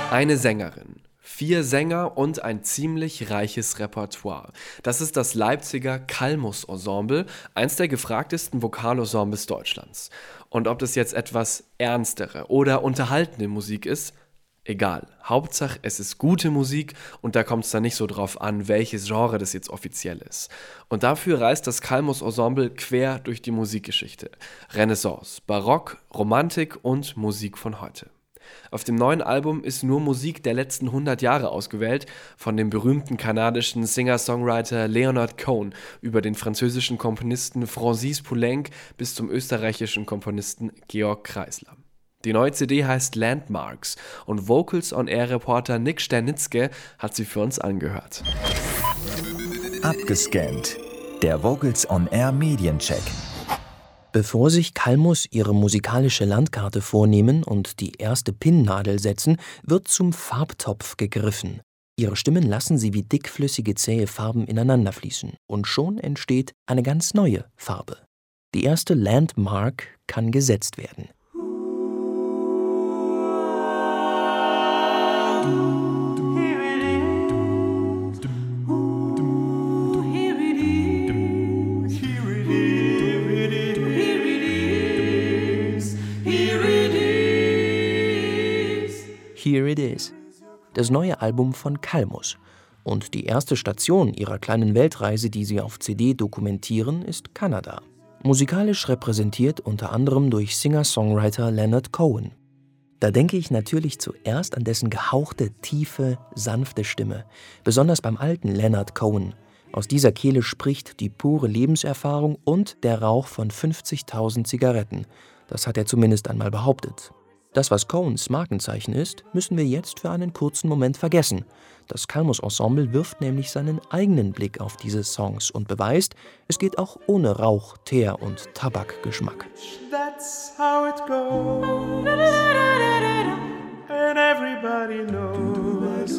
Eine Sängerin, 4 Sänger und ein ziemlich reiches Repertoire. Das ist das Leipziger Calmus-Ensemble, eins der gefragtesten Vokalensembles Deutschlands. Und ob das jetzt etwas ernstere oder unterhaltende Musik ist, egal. Hauptsache, es ist gute Musik und da kommt es dann nicht so drauf an, welches Genre das jetzt offiziell ist. Und dafür reist das Calmus-Ensemble quer durch die Musikgeschichte. Renaissance, Barock, Romantik und Musik von heute. Auf dem neuen Album ist nur Musik der letzten 100 Jahre ausgewählt, von dem berühmten kanadischen Singer-Songwriter Leonard Cohen über den französischen Komponisten Francis Poulenc bis zum österreichischen Komponisten Georg Kreisler. Die neue CD heißt Landmarks und Vocals-on-Air-Reporter Nick Sternitzke hat sie für uns angehört. Abgescannt. Der Vocals-on-Air-Mediencheck. Bevor sich Calmus ihre musikalische Landkarte vornehmen und die erste Pinnnadel setzen, wird zum Farbtopf gegriffen. Ihre Stimmen lassen sie wie dickflüssige, zähe Farben ineinander fließen. Und schon entsteht eine ganz neue Farbe. Die erste Landmark kann gesetzt werden. Here It Is, das neue Album von Calmus. Und die erste Station ihrer kleinen Weltreise, die sie auf CD dokumentieren, ist Kanada. Musikalisch repräsentiert unter anderem durch Singer-Songwriter Leonard Cohen. Da denke ich natürlich zuerst an dessen gehauchte, tiefe, sanfte Stimme, besonders beim alten Leonard Cohen. Aus dieser Kehle spricht die pure Lebenserfahrung und der Rauch von 50.000 Zigaretten. Das hat er zumindest einmal behauptet. Das, was Cohens Markenzeichen ist, müssen wir jetzt für einen kurzen Moment vergessen. Das Calmus-Ensemble wirft nämlich seinen eigenen Blick auf diese Songs und beweist, es geht auch ohne Rauch, Teer und Tabakgeschmack. That's how it goes. And everybody knows.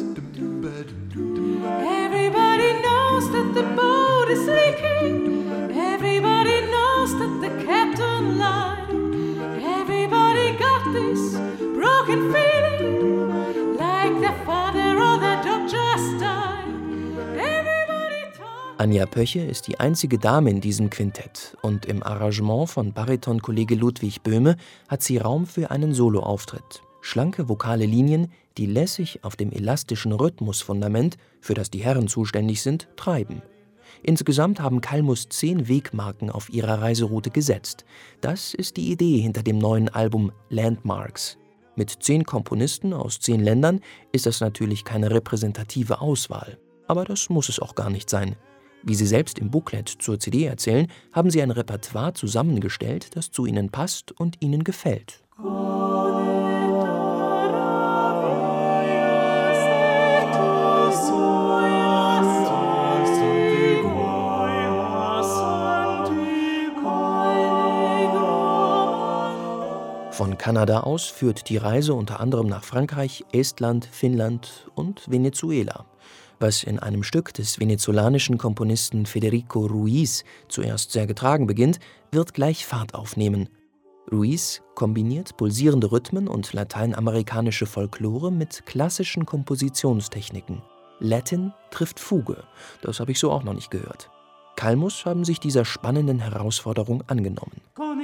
Everybody knows that the boat is leaking. Everybody knows that the captain lied. Everybody got this broken feeling, like the father or the dog just died. Everybody talks. Anja Pöche ist die einzige Dame in diesem Quintett und im Arrangement von Baritonkollege Ludwig Böhme hat sie Raum für einen Soloauftritt. Schlanke vokale Linien, die lässig auf dem elastischen Rhythmusfundament, für das die Herren zuständig sind, treiben. Insgesamt haben Calmus 10 Wegmarken auf ihrer Reiseroute gesetzt. Das ist die Idee hinter dem neuen Album Landmarks. Mit 10 Komponisten aus 10 Ländern ist das natürlich keine repräsentative Auswahl. Aber das muss es auch gar nicht sein. Wie sie selbst im Booklet zur CD erzählen, haben sie ein Repertoire zusammengestellt, das zu ihnen passt und ihnen gefällt. Von Kanada aus führt die Reise unter anderem nach Frankreich, Estland, Finnland und Venezuela. Was in einem Stück des venezolanischen Komponisten Federico Ruiz zuerst sehr getragen beginnt, wird gleich Fahrt aufnehmen. Ruiz kombiniert pulsierende Rhythmen und lateinamerikanische Folklore mit klassischen Kompositionstechniken. Latin trifft Fuge, das habe ich so auch noch nicht gehört. Calmus haben sich dieser spannenden Herausforderung angenommen.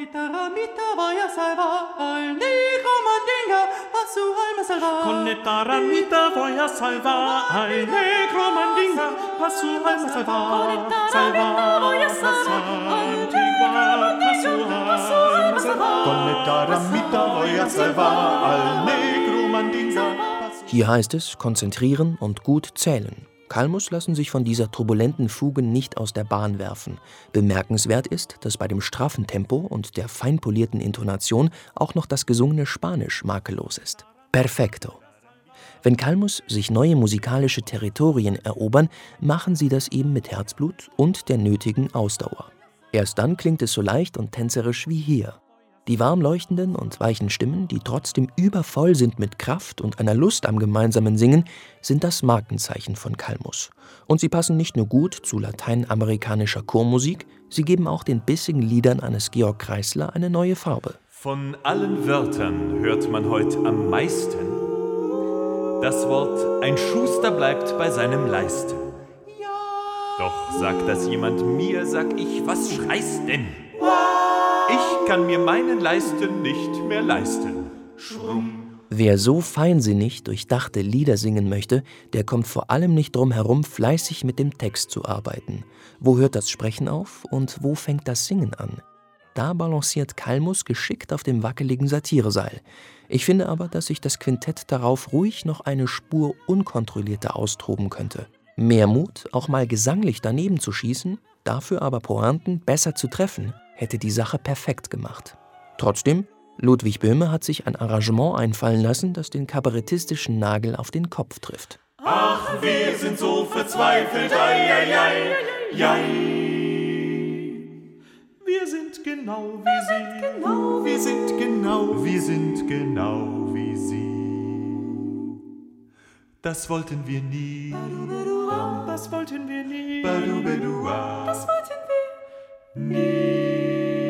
Hier heißt es konzentrieren und gut zählen. Calmus lassen sich von dieser turbulenten Fuge nicht aus der Bahn werfen. Bemerkenswert ist, dass bei dem straffen Tempo und der feinpolierten Intonation auch noch das gesungene Spanisch makellos ist. Perfecto. Wenn Calmus sich neue musikalische Territorien erobern, machen sie das eben mit Herzblut und der nötigen Ausdauer. Erst dann klingt es so leicht und tänzerisch wie hier. Die warm leuchtenden und weichen Stimmen, die trotzdem übervoll sind mit Kraft und einer Lust am gemeinsamen Singen, sind das Markenzeichen von Calmus. Und sie passen nicht nur gut zu lateinamerikanischer Chormusik, sie geben auch den bissigen Liedern eines Georg Kreisler eine neue Farbe. Von allen Wörtern hört man heute am meisten Das Wort ein Schuster bleibt bei seinem Leisten. Doch sagt das jemand mir, sag ich, was schreist denn? Ich kann mir meinen Leisten nicht mehr leisten. Schrumm. Wer so feinsinnig durchdachte Lieder singen möchte, der kommt vor allem nicht drum herum, fleißig mit dem Text zu arbeiten. Wo hört das Sprechen auf und wo fängt das Singen an? Da balanciert Kalmus geschickt auf dem wackeligen Satireseil. Ich finde aber, dass sich das Quintett darauf ruhig noch eine Spur unkontrollierter austoben könnte. Mehr Mut, auch mal gesanglich daneben zu schießen, dafür aber Pointen besser zu treffen, hätte die Sache perfekt gemacht. Trotzdem, Ludwig Böhme hat sich ein Arrangement einfallen lassen, das den kabarettistischen Nagel auf den Kopf trifft. Ach, wir sind so verzweifelt, ei, ei, ei, ei. Wir sind genau wie sie. Wir sind genau wie sie. Das wollten wir nie. Das wollten wir nie. Das wollten wir nie.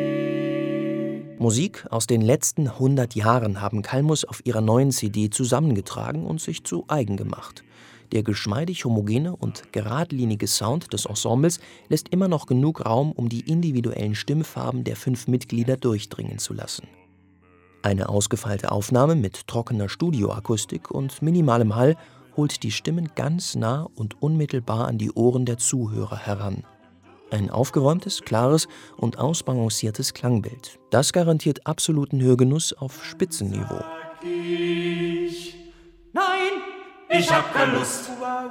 Musik aus den letzten 100 Jahren haben Kalmus auf ihrer neuen CD zusammengetragen und sich zu eigen gemacht. Der geschmeidig homogene und geradlinige Sound des Ensembles lässt immer noch genug Raum, um die individuellen Stimmfarben der 5 Mitglieder durchdringen zu lassen. Eine ausgefeilte Aufnahme mit trockener Studioakustik und minimalem Hall holt die Stimmen ganz nah und unmittelbar an die Ohren der Zuhörer heran. Ein aufgeräumtes, klares und ausbalanciertes Klangbild. Das garantiert absoluten Hörgenuss auf Spitzenniveau. Nein, ich hab keine Lust.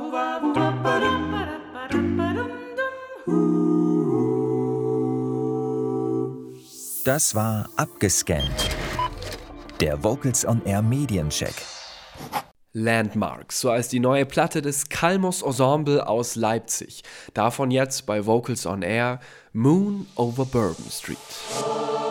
Das war Abgescannt. Der Vocals on Air Mediencheck. Landmarks, so heißt die neue Platte des Kalmus Ensemble aus Leipzig. Davon jetzt bei Vocals on Air Moon over Bourbon Street.